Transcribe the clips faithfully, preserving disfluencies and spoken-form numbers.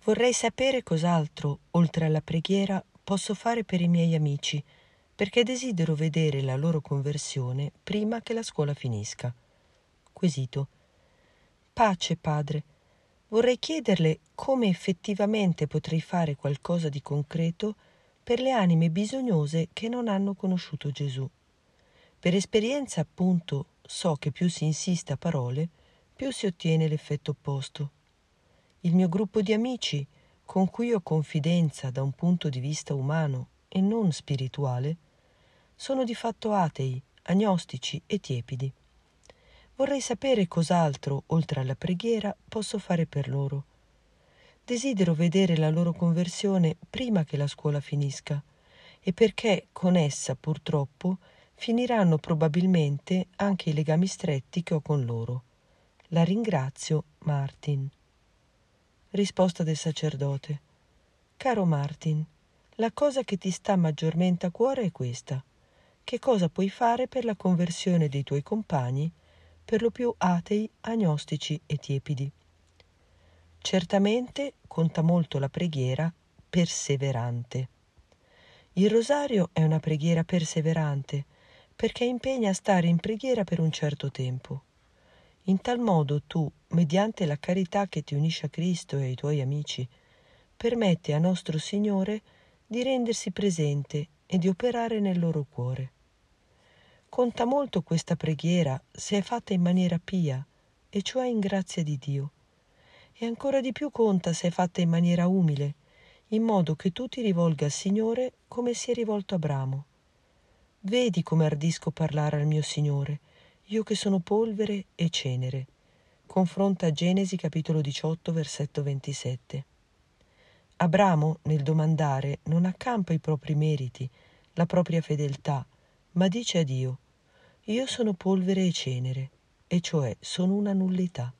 Vorrei sapere cos'altro, oltre alla preghiera, posso fare per i miei amici, perché desidero vedere la loro conversione prima che la scuola finisca. Quesito. Pace, padre. Vorrei chiederle come effettivamente potrei fare qualcosa di concreto per le anime bisognose che non hanno conosciuto Gesù. Per esperienza, appunto, so che più si insiste a parole, più si ottiene l'effetto opposto. Il mio gruppo di amici, con cui ho confidenza da un punto di vista umano e non spirituale, sono di fatto atei, agnostici e tiepidi. Vorrei sapere cos'altro, oltre alla preghiera, posso fare per loro. Desidero vedere la loro conversione prima che la scuola finisca, e perché con essa, purtroppo, finiranno probabilmente anche i legami stretti che ho con loro. La ringrazio, Martin. Risposta del sacerdote. Caro Martin, la cosa che ti sta maggiormente a cuore è questa. Che cosa puoi fare per la conversione dei tuoi compagni, per lo più atei, agnostici e tiepidi? Certamente conta molto la preghiera perseverante. Il rosario è una preghiera perseverante perché impegna a stare in preghiera per un certo tempo. In tal modo tu, mediante la carità che ti unisce a Cristo e ai tuoi amici, permetti a nostro Signore di rendersi presente e di operare nel loro cuore. Conta molto questa preghiera se è fatta in maniera pia, e cioè in grazia di Dio. E ancora di più conta se è fatta in maniera umile, in modo che tu ti rivolga al Signore come si è rivolto Abramo. Vedi come ardisco parlare al mio Signore, io che sono polvere e cenere. Confronta Genesi capitolo diciotto, versetto ventisette. Abramo, nel domandare, non accampa i propri meriti, la propria fedeltà, ma dice a Dio: io sono polvere e cenere, e cioè sono una nullità.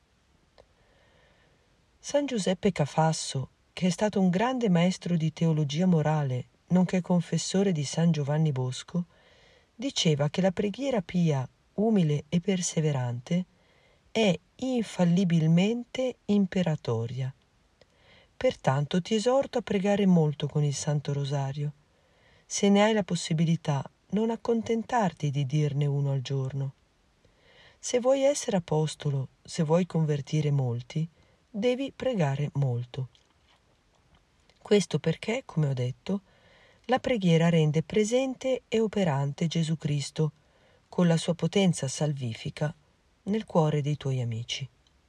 San Giuseppe Cafasso, che è stato un grande maestro di teologia morale, nonché confessore di San Giovanni Bosco, diceva che la preghiera pia, umile e perseverante è infallibilmente imperatoria. Pertanto ti esorto a pregare molto con il Santo Rosario. Se ne hai la possibilità, non accontentarti di dirne uno al giorno. Se vuoi essere apostolo, se vuoi convertire molti, devi pregare molto. Questo perché, come ho detto, la preghiera rende presente e operante Gesù Cristo, con la sua potenza salvifica, nel cuore dei tuoi amici.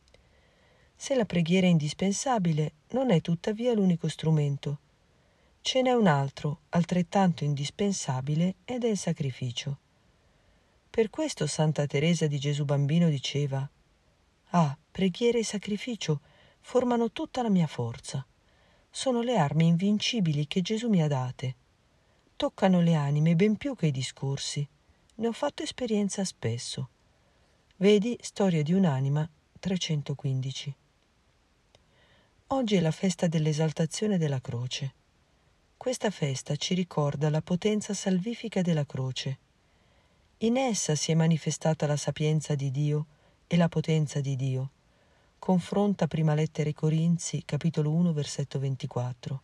Se la preghiera è indispensabile, non è tuttavia l'unico strumento. Ce n'è un altro, altrettanto indispensabile, ed è il sacrificio. Per questo Santa Teresa di Gesù Bambino diceva: «Ah, preghiera e sacrificio formano tutta la mia forza. Sono le armi invincibili che Gesù mi ha date. Toccano le anime ben più che i discorsi. Ne ho fatto esperienza spesso». Vedi Storia di un'anima trecentoquindici. Oggi è la festa dell'esaltazione della croce. Questa festa ci ricorda la potenza salvifica della croce. In essa si è manifestata la sapienza di Dio e la potenza di Dio. Confronta Prima Lettera ai Corinzi, capitolo uno, versetto ventiquattro.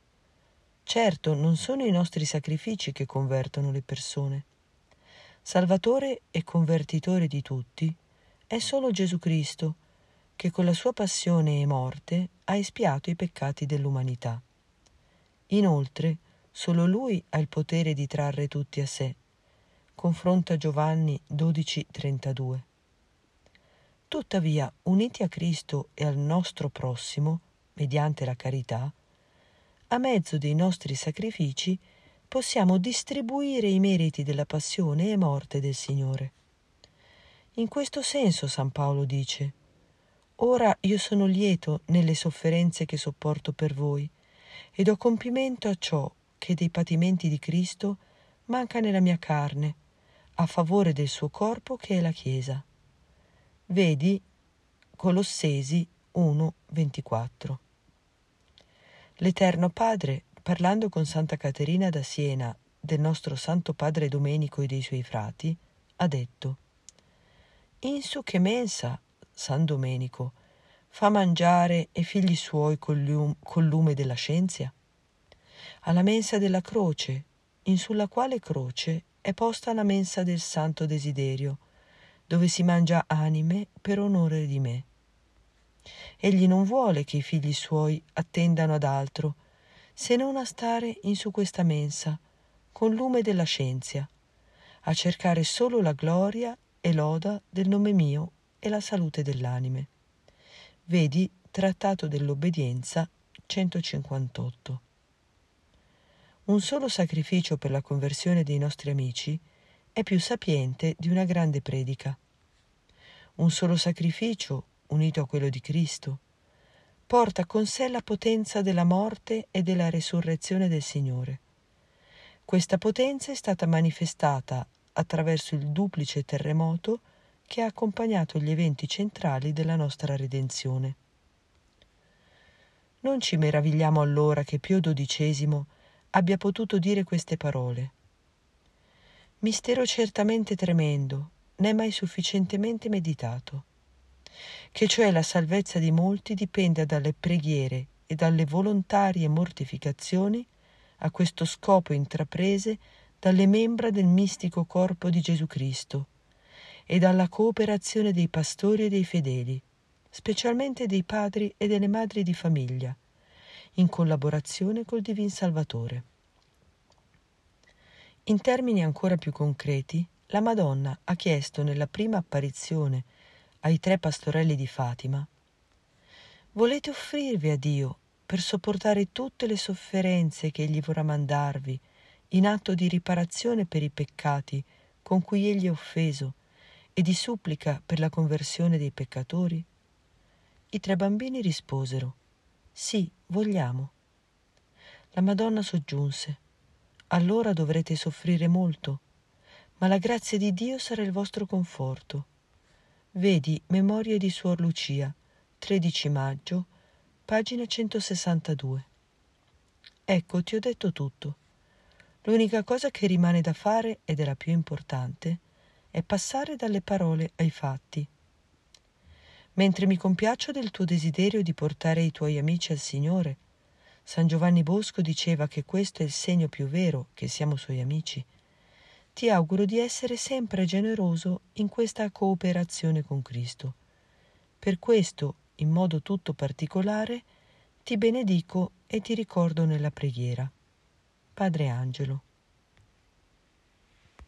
Certo, non sono i nostri sacrifici che convertono le persone. Salvatore e convertitore di tutti è solo Gesù Cristo, che con la sua passione e morte ha espiato i peccati dell'umanità. Inoltre, solo Lui ha il potere di trarre tutti a sé. Confronta Giovanni dodici trentadue. Tuttavia, uniti a Cristo e al nostro prossimo, mediante la carità, a mezzo dei nostri sacrifici possiamo distribuire i meriti della passione e morte del Signore. In questo senso San Paolo dice: «Ora io sono lieto nelle sofferenze che sopporto per voi, e do compimento a ciò che dei patimenti di Cristo manca nella mia carne, a favore del suo corpo che è la Chiesa». Vedi Colossesi uno ventiquattro. L'Eterno Padre, parlando con Santa Caterina da Siena del nostro Santo Padre Domenico e dei suoi frati, ha detto: «In su che mensa, San Domenico, fa mangiare e figli suoi col, lum- col lume della scienza? Alla mensa della croce, in sulla quale croce è posta la mensa del santo desiderio, dove si mangia anime per onore di me. Egli non vuole che i figli suoi attendano ad altro, se non a stare in su questa mensa, con lume della scienza, a cercare solo la gloria e loda del nome mio e la salute dell'anime. Vedi Trattato dell'Obbedienza centocinquantotto. Un solo sacrificio per la conversione dei nostri amici è più sapiente di una grande predica. Un solo sacrificio, unito a quello di Cristo, porta con sé la potenza della morte e della resurrezione del Signore. Questa potenza è stata manifestata attraverso il duplice terremoto che ha accompagnato gli eventi centrali della nostra redenzione. Non ci meravigliamo allora che Pio dodicesimo abbia potuto dire queste parole. Mistero certamente tremendo, né mai sufficientemente meditato, che cioè la salvezza di molti dipenda dalle preghiere e dalle volontarie mortificazioni a questo scopo intraprese dalle membra del mistico corpo di Gesù Cristo e dalla cooperazione dei pastori e dei fedeli, specialmente dei padri e delle madri di famiglia, in collaborazione col Divin Salvatore. In termini ancora più concreti, la Madonna ha chiesto nella prima apparizione ai tre pastorelli di Fatima: volete offrirvi a Dio per sopportare tutte le sofferenze che Egli vorrà mandarvi in atto di riparazione per i peccati con cui Egli è offeso e di supplica per la conversione dei peccatori? I tre bambini risposero: sì, vogliamo. La Madonna soggiunse: allora dovrete soffrire molto, ma la grazia di Dio sarà il vostro conforto. Vedi Memorie di Suor Lucia, tredici maggio, pagina centosessantadue. Ecco, ti ho detto tutto. L'unica cosa che rimane da fare, ed è la più importante, è passare dalle parole ai fatti. Mentre mi compiaccio del tuo desiderio di portare i tuoi amici al Signore, San Giovanni Bosco diceva che questo è il segno più vero che siamo suoi amici, ti auguro di essere sempre generoso in questa cooperazione con Cristo. Per questo, in modo tutto particolare, ti benedico e ti ricordo nella preghiera. Padre Angelo.